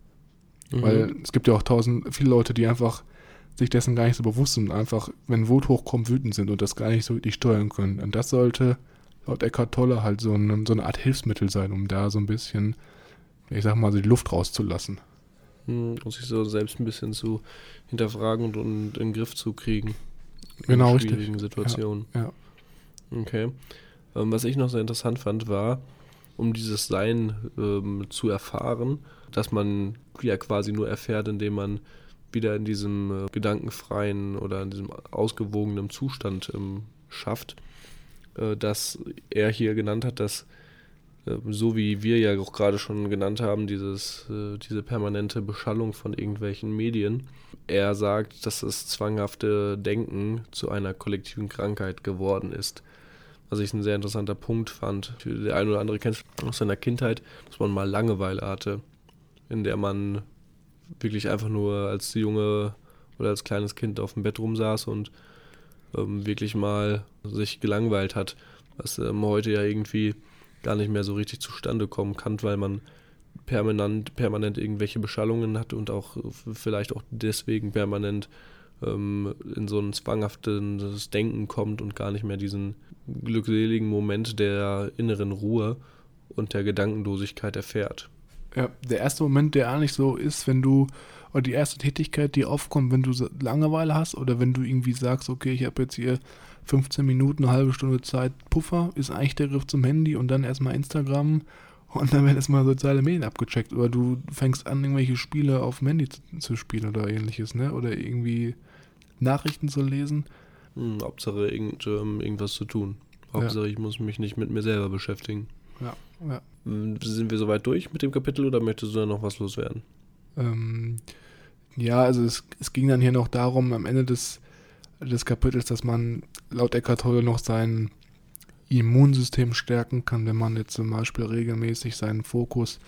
Mhm. Weil es gibt ja auch tausend, viele Leute, die einfach sich dessen gar nicht so bewusst sind und einfach, wenn Wut hochkommt, wütend sind und das gar nicht so wirklich steuern können. Und das sollte laut Eckhart Tolle halt so eine, so eine Art Hilfsmittel sein, um da so ein bisschen, ich sag mal, die Luft rauszulassen. Und sich so selbst ein bisschen zu hinterfragen und, und in den Griff zu kriegen. Genau, in richtig. schwierigen Situationen. Ja, ja. Okay. Ähm, was ich noch sehr interessant fand, war, um dieses Sein ähm, zu erfahren, dass man ja quasi nur erfährt, indem man wieder in diesem äh, gedankenfreien oder in diesem ausgewogenen Zustand ähm, schafft, äh, dass er hier genannt hat, dass äh, so wie wir ja auch gerade schon genannt haben, dieses, äh, diese permanente Beschallung von irgendwelchen Medien, er sagt, dass das zwanghafte Denken zu einer kollektiven Krankheit geworden ist. Was ich ein sehr interessanter Punkt fand. Der eine oder andere kennt es aus seiner Kindheit, dass man mal Langeweile hatte, in der man wirklich einfach nur als Junge oder als kleines Kind auf dem Bett rumsaß und ähm, wirklich mal sich gelangweilt hat, was ähm, heute ja irgendwie gar nicht mehr so richtig zustande kommen kann, weil man permanent, permanent irgendwelche Beschallungen hat und auch vielleicht auch deswegen permanent ähm, in so ein zwanghaftes Denken kommt und gar nicht mehr diesen glückseligen Moment der inneren Ruhe und der Gedankenlosigkeit erfährt. Ja, der erste Moment, der eigentlich so ist, wenn du, oder die erste Tätigkeit, die aufkommt, wenn du Langeweile hast oder wenn du irgendwie sagst, okay, ich habe jetzt hier fünfzehn Minuten, eine halbe Stunde Zeit, Puffer, ist eigentlich der Griff zum Handy und dann erstmal Instagram und dann werden erstmal soziale Medien abgecheckt oder du fängst an, irgendwelche Spiele auf dem Handy zu, zu spielen oder ähnliches, ne? Oder irgendwie Nachrichten zu lesen. Hm, Hauptsache irgend, ähm, irgendwas zu tun. Hauptsache ja. Ich muss mich nicht mit mir selber beschäftigen. Ja, ja. Sind wir soweit durch mit dem Kapitel oder möchtest du da noch was loswerden? Ähm, ja, also es, es ging dann hier noch darum, am Ende des, des Kapitels, dass man laut Eckhart Tolle noch sein Immunsystem stärken kann, wenn man jetzt zum Beispiel regelmäßig seinen Fokus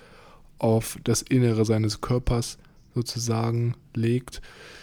auf das Innere seines Körpers sozusagen legt.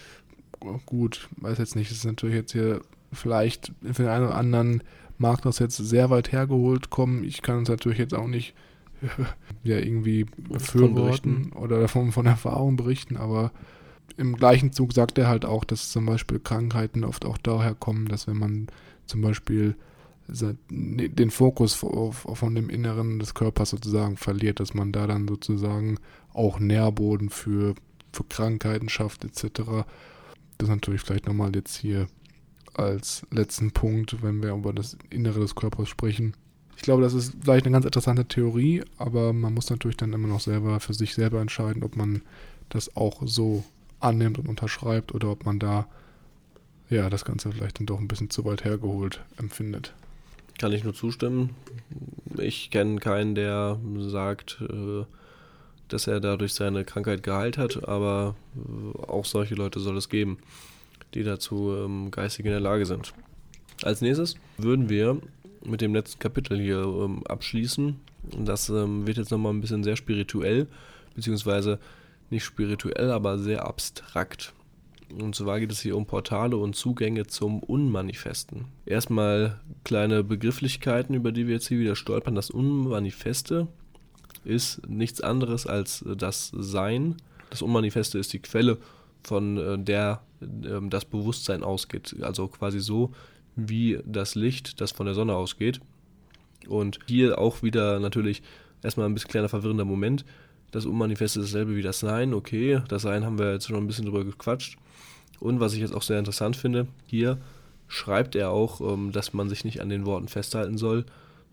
Gut, weiß jetzt nicht, das ist natürlich jetzt hier vielleicht für den einen oder anderen mag das jetzt sehr weit hergeholt kommen. Ich kann es natürlich jetzt auch nicht ja irgendwie befürworten oder davon von Erfahrung berichten, aber im gleichen Zug sagt er halt auch, dass zum Beispiel Krankheiten oft auch daher kommen, dass wenn man zum Beispiel den Fokus von dem Inneren des Körpers sozusagen verliert, dass man da dann sozusagen auch Nährboden für, für Krankheiten schafft et cetera. Das ist natürlich vielleicht nochmal jetzt hier als letzten Punkt, wenn wir über das Innere des Körpers sprechen. Ich glaube, das ist vielleicht eine ganz interessante Theorie, aber man muss natürlich dann immer noch selber für sich selber entscheiden, ob man das auch so annimmt und unterschreibt oder ob man da ja das Ganze vielleicht dann doch ein bisschen zu weit hergeholt empfindet. Kann ich nur zustimmen. Ich kenne keinen, der sagt, dass er dadurch seine Krankheit geheilt hat, aber auch solche Leute soll es geben, die dazu ähm, geistig in der Lage sind. Als nächstes würden wir mit dem letzten Kapitel hier ähm, abschließen. Das ähm, wird jetzt nochmal ein bisschen sehr spirituell, beziehungsweise nicht spirituell, aber sehr abstrakt. Und zwar geht es hier um Portale und Zugänge zum Unmanifesten. Erstmal kleine Begrifflichkeiten, über die wir jetzt hier wieder stolpern. Das Unmanifeste ist nichts anderes als das Sein. Das Unmanifeste ist die Quelle, von der äh, das Bewusstsein ausgeht. Also quasi so wie das Licht, das von der Sonne ausgeht. Und hier auch wieder natürlich erstmal ein bisschen kleiner verwirrender Moment. Das Unmanifeste ist dasselbe wie das Sein. Okay, das Sein haben wir jetzt schon ein bisschen drüber gequatscht. Und was ich jetzt auch sehr interessant finde, hier schreibt er auch, ähm, dass man sich nicht an den Worten festhalten soll,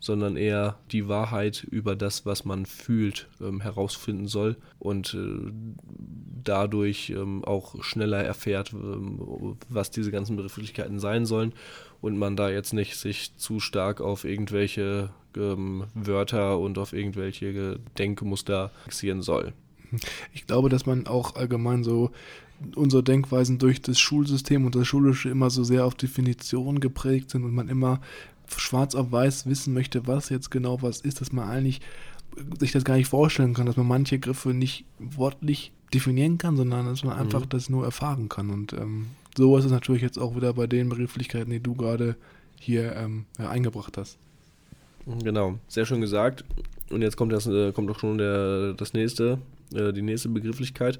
sondern eher die Wahrheit über das, was man fühlt, ähm, herausfinden soll und äh, dadurch ähm, auch schneller erfährt, ähm, was diese ganzen Begrifflichkeiten sein sollen und man da jetzt nicht sich zu stark auf irgendwelche ähm, Wörter und auf irgendwelche Denkmuster fixieren soll. Ich glaube, dass man auch allgemein so unsere Denkweisen durch das Schulsystem und das Schulische immer so sehr auf Definition geprägt sind und man immer schwarz auf weiß wissen möchte, was jetzt genau was ist, dass man eigentlich sich das gar nicht vorstellen kann, dass man manche Griffe nicht wortlich definieren kann, sondern dass man einfach mhm. das nur erfahren kann. Und ähm, so ist es natürlich jetzt auch wieder bei den Begrifflichkeiten, die du gerade hier ähm, ja, eingebracht hast. Genau, sehr schön gesagt. Und jetzt kommt das, äh, kommt auch schon der, das nächste, äh, die nächste Begrifflichkeit.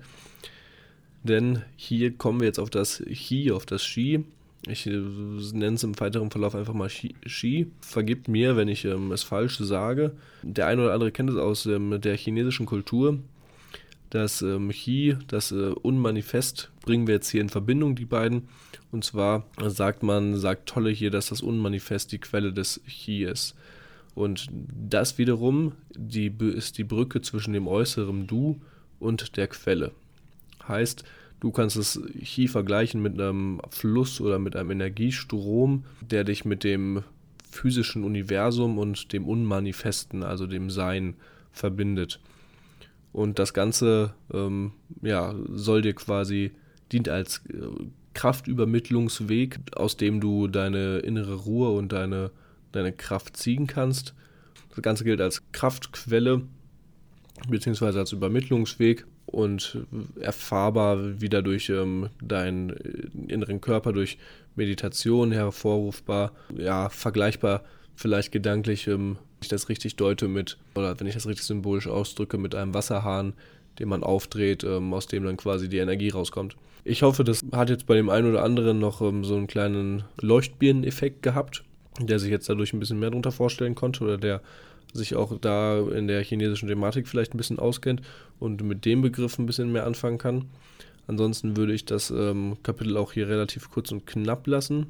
Denn hier kommen wir jetzt auf das Chi, auf das Shi. Ich äh, nenne es im weiteren Verlauf einfach mal Shi. Vergibt mir, wenn ich ähm, es falsch sage. Der eine oder andere kennt es aus ähm, der chinesischen Kultur. Das ähm, Chi, das äh, Unmanifest, bringen wir jetzt hier in Verbindung, die beiden. Und zwar sagt man, sagt Tolle hier, dass das Unmanifest die Quelle des Chi ist. Und das wiederum die, ist die Brücke zwischen dem äußeren Du und der Quelle. Heißt, du kannst das Chi vergleichen mit einem Fluss oder mit einem Energiestrom, der dich mit dem physischen Universum und dem Unmanifesten, also dem Sein, verbindet. Und das Ganze ähm, ja, soll dir quasi, dient als äh, Kraftübermittlungsweg, aus dem du deine innere Ruhe und deine, deine Kraft ziehen kannst. Das Ganze gilt als Kraftquelle beziehungsweise als Übermittlungsweg und erfahrbar wieder durch ähm, deinen inneren Körper, durch Meditation hervorrufbar, ja, vergleichbar vielleicht gedanklich, ähm, wenn ich das richtig deute mit, oder wenn ich das richtig symbolisch ausdrücke, mit einem Wasserhahn, den man aufdreht, ähm, aus dem dann quasi die Energie rauskommt. Ich hoffe, das hat jetzt bei dem einen oder anderen noch ähm, so einen kleinen Leuchtbirneneffekt gehabt, der sich jetzt dadurch ein bisschen mehr darunter vorstellen konnte oder der sich auch da in der chinesischen Thematik vielleicht ein bisschen auskennt und mit dem Begriff ein bisschen mehr anfangen kann. Ansonsten würde ich das ähm, Kapitel auch hier relativ kurz und knapp lassen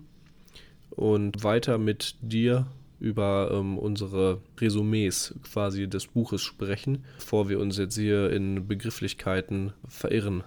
und weiter mit dir über ähm, unsere Resümees quasi des Buches sprechen, bevor wir uns jetzt hier in Begrifflichkeiten verirren.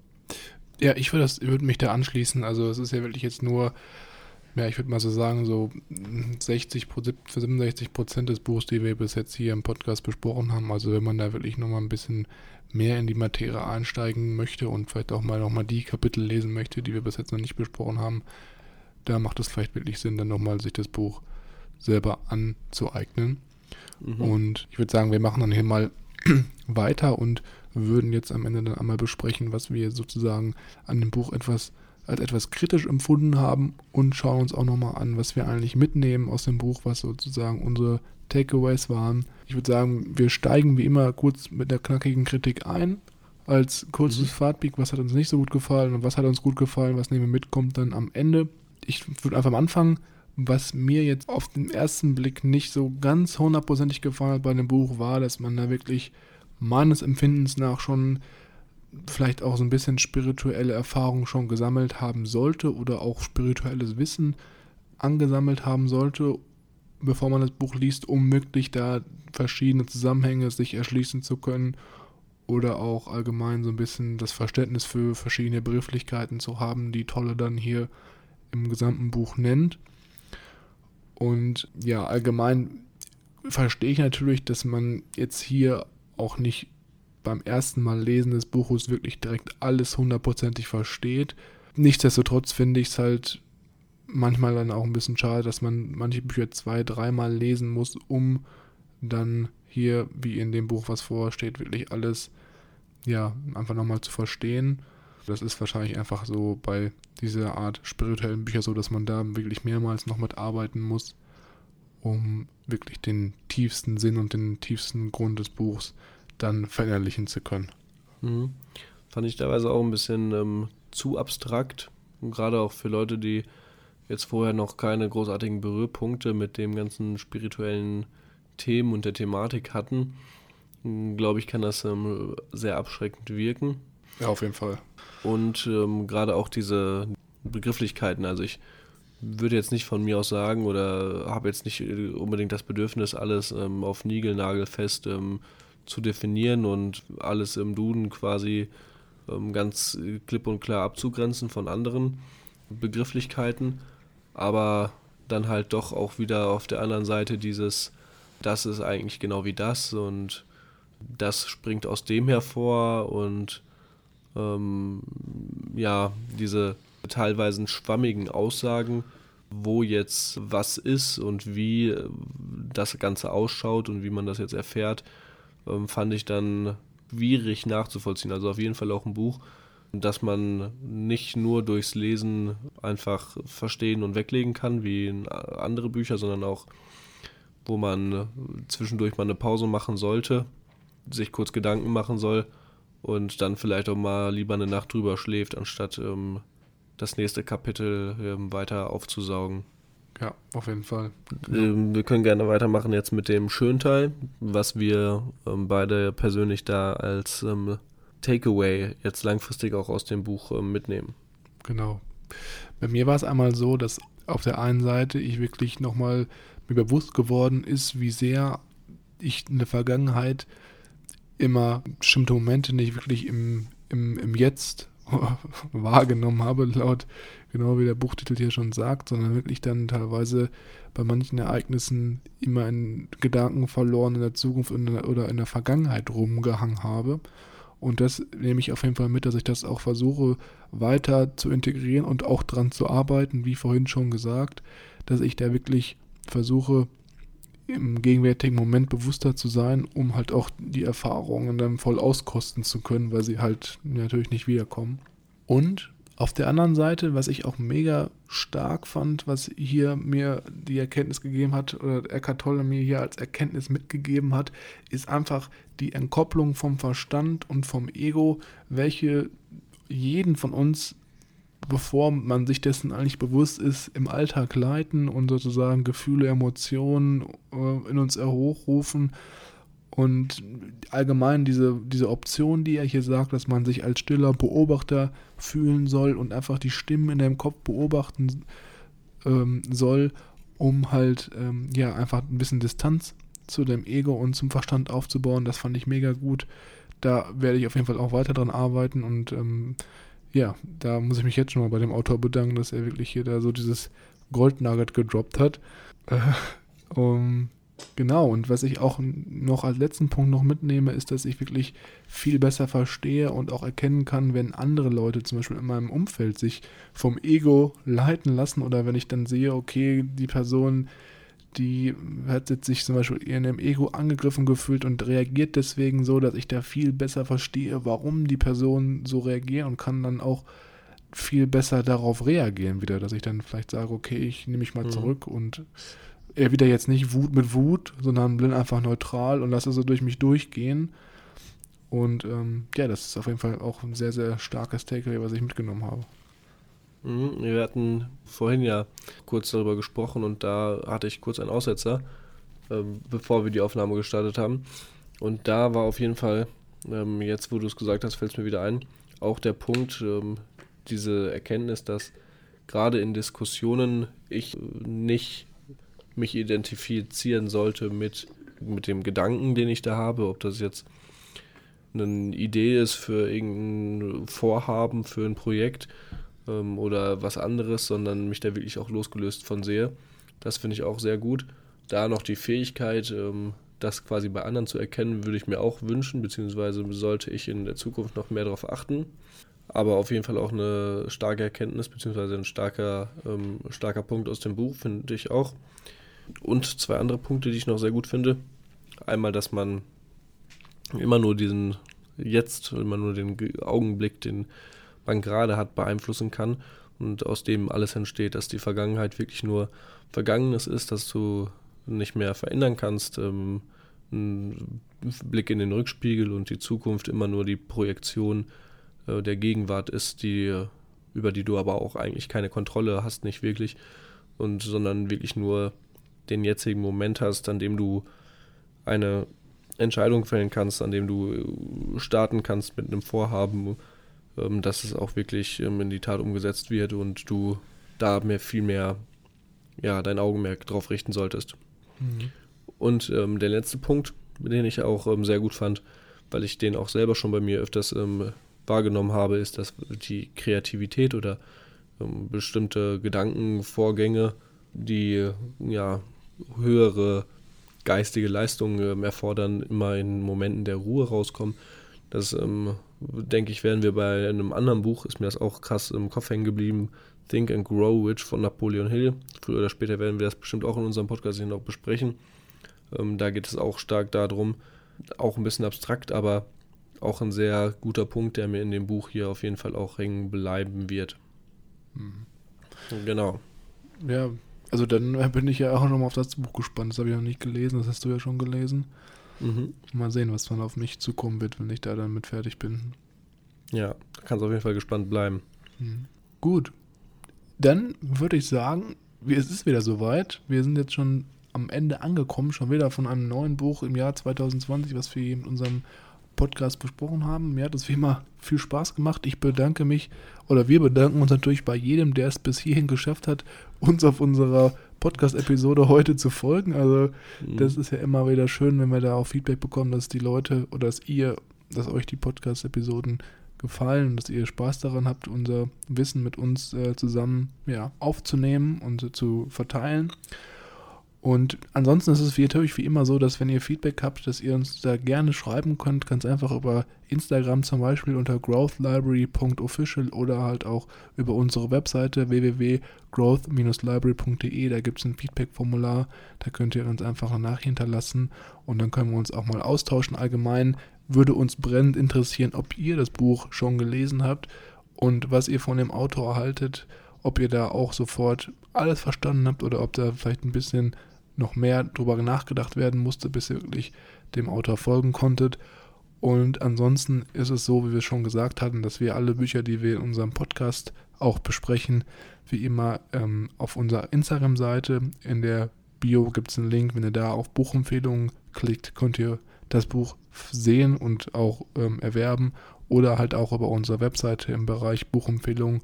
Ja, ich würde das, würde mich da anschließen. Also es ist ja wirklich jetzt nur, ja, ich würde mal so sagen, so sechzig, siebenundsechzig Prozent des Buchs, die wir bis jetzt hier im Podcast besprochen haben. Also wenn man da wirklich nochmal ein bisschen mehr in die Materie einsteigen möchte und vielleicht auch mal nochmal die Kapitel lesen möchte, die wir bis jetzt noch nicht besprochen haben, da macht es vielleicht wirklich Sinn, dann nochmal sich das Buch selber anzueignen. Mhm. Und ich würde sagen, wir machen dann hier mal weiter und würden jetzt am Ende dann einmal besprechen, was wir sozusagen an dem Buch etwas als etwas kritisch empfunden haben und schauen uns auch nochmal an, was wir eigentlich mitnehmen aus dem Buch, was sozusagen unsere Takeaways waren. Ich würde sagen, wir steigen wie immer kurz mit der knackigen Kritik ein, als kurzes mhm. Fahrtpick, was hat uns nicht so gut gefallen und was hat uns gut gefallen, was nehmen wir mit, kommt dann am Ende. Ich würde einfach am Anfang, was mir jetzt auf den ersten Blick nicht so ganz hundertprozentig gefallen hat bei dem Buch, war, dass man da wirklich meines Empfindens nach schon vielleicht auch so ein bisschen spirituelle Erfahrung schon gesammelt haben sollte oder auch spirituelles Wissen angesammelt haben sollte, bevor man das Buch liest, um wirklich da verschiedene Zusammenhänge sich erschließen zu können oder auch allgemein so ein bisschen das Verständnis für verschiedene Begrifflichkeiten zu haben, die Tolle dann hier im gesamten Buch nennt. Und ja, allgemein verstehe ich natürlich, dass man jetzt hier auch nicht beim ersten Mal lesen des Buches wirklich direkt alles hundertprozentig versteht. Nichtsdestotrotz finde ich es halt manchmal dann auch ein bisschen schade, dass man manche Bücher zwei, dreimal lesen muss, um dann hier, wie in dem Buch, was vorsteht, wirklich alles ja einfach nochmal zu verstehen. Das ist wahrscheinlich einfach so bei dieser Art spirituellen Bücher so, dass man da wirklich mehrmals noch mit arbeiten muss, um wirklich den tiefsten Sinn und den tiefsten Grund des Buchs dann verinnerlichen zu können. Mhm. Fand ich teilweise auch ein bisschen ähm, zu abstrakt. Und gerade auch für Leute, die jetzt vorher noch keine großartigen Berührpunkte mit dem ganzen spirituellen Themen und der Thematik hatten, glaube ich, kann das ähm, sehr abschreckend wirken. Ja, auf jeden Fall. Und ähm, gerade auch diese Begrifflichkeiten, also ich würde jetzt nicht von mir aus sagen oder habe jetzt nicht unbedingt das Bedürfnis, alles ähm, auf Nigelnagelfest ähm, zu definieren und alles im Duden quasi ähm, ganz klipp und klar abzugrenzen von anderen Begrifflichkeiten, aber dann halt doch auch wieder auf der anderen Seite dieses, das ist eigentlich genau wie das und das springt aus dem hervor und ähm, ja, diese teilweise schwammigen Aussagen, wo jetzt was ist und wie das Ganze ausschaut und wie man das jetzt erfährt, ähm, fand ich dann schwierig nachzuvollziehen. Also auf jeden Fall auch ein Buch, das man nicht nur durchs Lesen einfach verstehen und weglegen kann, wie andere Bücher, sondern auch, wo man zwischendurch mal eine Pause machen sollte, sich kurz Gedanken machen soll und dann vielleicht auch mal lieber eine Nacht drüber schläft, anstatt ähm, das nächste Kapitel ähm, weiter aufzusaugen. Ja, auf jeden Fall. Ähm, wir können gerne weitermachen jetzt mit dem schönen Teil, was wir ähm, beide persönlich da als ähm, Takeaway jetzt langfristig auch aus dem Buch ähm, mitnehmen. Genau. Bei mir war es einmal so, dass auf der einen Seite ich wirklich nochmal mir bewusst geworden ist, wie sehr ich in der Vergangenheit immer bestimmte Momente nicht wirklich im, im, im Jetzt wahrgenommen habe, laut genau wie der Buchtitel hier schon sagt, sondern wirklich dann teilweise bei manchen Ereignissen immer in Gedanken verloren in der Zukunft oder in der Vergangenheit rumgehangen habe. Und das nehme ich auf jeden Fall mit, dass ich das auch versuche weiter zu integrieren und auch dran zu arbeiten, wie vorhin schon gesagt, dass ich da wirklich versuche, im gegenwärtigen Moment bewusster zu sein, um halt auch die Erfahrungen dann voll auskosten zu können, weil sie halt natürlich nicht wiederkommen. Und auf der anderen Seite, was ich auch mega stark fand, was hier mir die Erkenntnis gegeben hat, oder Eckhart Tolle mir hier als Erkenntnis mitgegeben hat, ist einfach die Entkopplung vom Verstand und vom Ego, welche jeden von uns, bevor man sich dessen eigentlich bewusst ist, im Alltag leiten und sozusagen Gefühle, Emotionen äh, in uns hochrufen. Und allgemein diese, diese Option, die er hier sagt, dass man sich als stiller Beobachter fühlen soll und einfach die Stimmen in deinem Kopf beobachten ähm, soll, um halt ähm, ja einfach ein bisschen Distanz zu dem Ego und zum Verstand aufzubauen, das fand ich mega gut. Da werde ich auf jeden Fall auch weiter dran arbeiten und ähm, ja, da muss ich mich jetzt schon mal bei dem Autor bedanken, dass er wirklich hier da so dieses Goldnugget gedroppt hat. Äh, um, genau, und was ich auch noch als letzten Punkt noch mitnehme, ist, dass ich wirklich viel besser verstehe und auch erkennen kann, wenn andere Leute zum Beispiel in meinem Umfeld sich vom Ego leiten lassen oder wenn ich dann sehe, okay, die Person, die hat jetzt sich zum Beispiel in ihrem Ego angegriffen gefühlt und reagiert deswegen so, dass ich da viel besser verstehe, warum die Person so reagiert und kann dann auch viel besser darauf reagieren wieder, dass ich dann vielleicht sage, okay, ich nehme mich mal mhm. zurück und eher wieder jetzt nicht Wut mit Wut, sondern bin einfach neutral und lasse so durch mich durchgehen. Und ähm, ja, das ist auf jeden Fall auch ein sehr, sehr starkes Takeaway, was ich mitgenommen habe. Wir hatten vorhin ja kurz darüber gesprochen und da hatte ich kurz einen Aussetzer, ähm, bevor wir die Aufnahme gestartet haben. Und da war auf jeden Fall, ähm, jetzt wo du es gesagt hast, fällt es mir wieder ein, auch der Punkt, ähm, diese Erkenntnis, dass gerade in Diskussionen ich nicht mich identifizieren sollte mit, mit dem Gedanken, den ich da habe, ob das jetzt eine Idee ist für irgendein Vorhaben, für ein Projekt ähm, oder was anderes, sondern mich da wirklich auch losgelöst von sehe. Das finde ich auch sehr gut. Da noch die Fähigkeit, ähm, das quasi bei anderen zu erkennen, würde ich mir auch wünschen, beziehungsweise sollte ich in der Zukunft noch mehr darauf achten. Aber auf jeden Fall auch eine starke Erkenntnis, beziehungsweise ein starker, ähm, starker Punkt aus dem Buch, finde ich auch. Und zwei andere Punkte, die ich noch sehr gut finde. Einmal, dass man immer nur diesen Jetzt, immer nur den Augenblick, den man gerade hat, beeinflussen kann und aus dem alles entsteht, dass die Vergangenheit wirklich nur Vergangenes ist, dass du nicht mehr verändern kannst. Ähm, ein Blick in den Rückspiegel und die Zukunft immer nur die Projektion äh, der Gegenwart ist, die, über die du aber auch eigentlich keine Kontrolle hast, nicht wirklich, und sondern wirklich nur den jetzigen Moment hast, an dem du eine Entscheidung fällen kannst, an dem du starten kannst mit einem Vorhaben, ähm, dass es auch wirklich ähm, in die Tat umgesetzt wird und du da mehr viel mehr ja, dein Augenmerk drauf richten solltest. Mhm. Und ähm, der letzte Punkt, den ich auch ähm, sehr gut fand, weil ich den auch selber schon bei mir öfters ähm, wahrgenommen habe, ist, dass die Kreativität oder ähm, bestimmte Gedankenvorgänge, die ja höhere geistige Leistungen ähm, erfordern, immer in Momenten der Ruhe rauskommen. Das, ähm, denke ich, werden wir bei einem anderen Buch, ist mir das auch krass im Kopf hängen geblieben, Think and Grow Rich von Napoleon Hill. Früher oder später werden wir das bestimmt auch in unserem Podcast hier noch besprechen. Ähm, da geht es auch stark darum, auch ein bisschen abstrakt, aber auch ein sehr guter Punkt, der mir in dem Buch hier auf jeden Fall auch hängen bleiben wird. Mhm. Genau. Ja, also dann bin ich ja auch schon mal auf das Buch gespannt. Das habe ich noch nicht gelesen, das hast du ja schon gelesen. Mhm. Mal sehen, was dann auf mich zukommen wird, wenn ich da dann mit fertig bin. Ja, da kannst du auf jeden Fall gespannt bleiben. Mhm. Gut. Dann würde ich sagen, es ist wieder soweit. Wir sind jetzt schon am Ende angekommen, schon wieder von einem neuen Buch im Jahr zwanzig zwanzig, was wir hier in unserem Podcast besprochen haben. Mir hat es wie immer viel Spaß gemacht. Ich bedanke mich, oder wir bedanken uns natürlich bei jedem, der es bis hierhin geschafft hat, uns auf unserer Podcast-Episode heute zu folgen. Also Mhm. das ist ja immer wieder schön, wenn wir da auch Feedback bekommen, dass die Leute oder dass ihr, dass euch die Podcast-Episoden gefallen und dass ihr Spaß daran habt, unser Wissen mit uns äh, zusammen ja, aufzunehmen und äh, zu verteilen. Und ansonsten ist es wie, natürlich wie immer so, dass wenn ihr Feedback habt, dass ihr uns da gerne schreiben könnt, ganz einfach über Instagram zum Beispiel unter growth library punkt official oder halt auch über unsere Webseite w w w punkt growth library punkt d e. Da gibt es ein Feedback-Formular, da könnt ihr uns einfach eine Nachricht hinterlassen und dann können wir uns auch mal austauschen. Allgemein würde uns brennend interessieren, ob ihr das Buch schon gelesen habt und was ihr von dem Autor haltet, ob ihr da auch sofort alles verstanden habt oder ob da vielleicht ein bisschen noch mehr drüber nachgedacht werden musste, bis ihr wirklich dem Autor folgen konntet. Und ansonsten ist es so, wie wir schon gesagt hatten, dass wir alle Bücher, die wir in unserem Podcast auch besprechen, wie immer ähm, auf unserer Instagram-Seite, in der Bio gibt es einen Link, wenn ihr da auf Buchempfehlungen klickt, könnt ihr das Buch sehen und auch ähm, erwerben oder halt auch über unsere Webseite im Bereich Buchempfehlungen.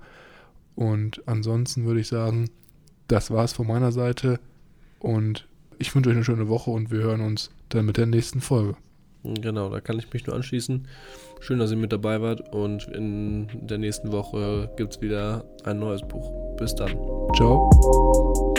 Und ansonsten würde ich sagen, das war es von meiner Seite und ich wünsche euch eine schöne Woche und wir hören uns dann mit der nächsten Folge. Genau, da kann ich mich nur anschließen. Schön, dass ihr mit dabei wart und in der nächsten Woche gibt es wieder ein neues Buch. Bis dann. Ciao.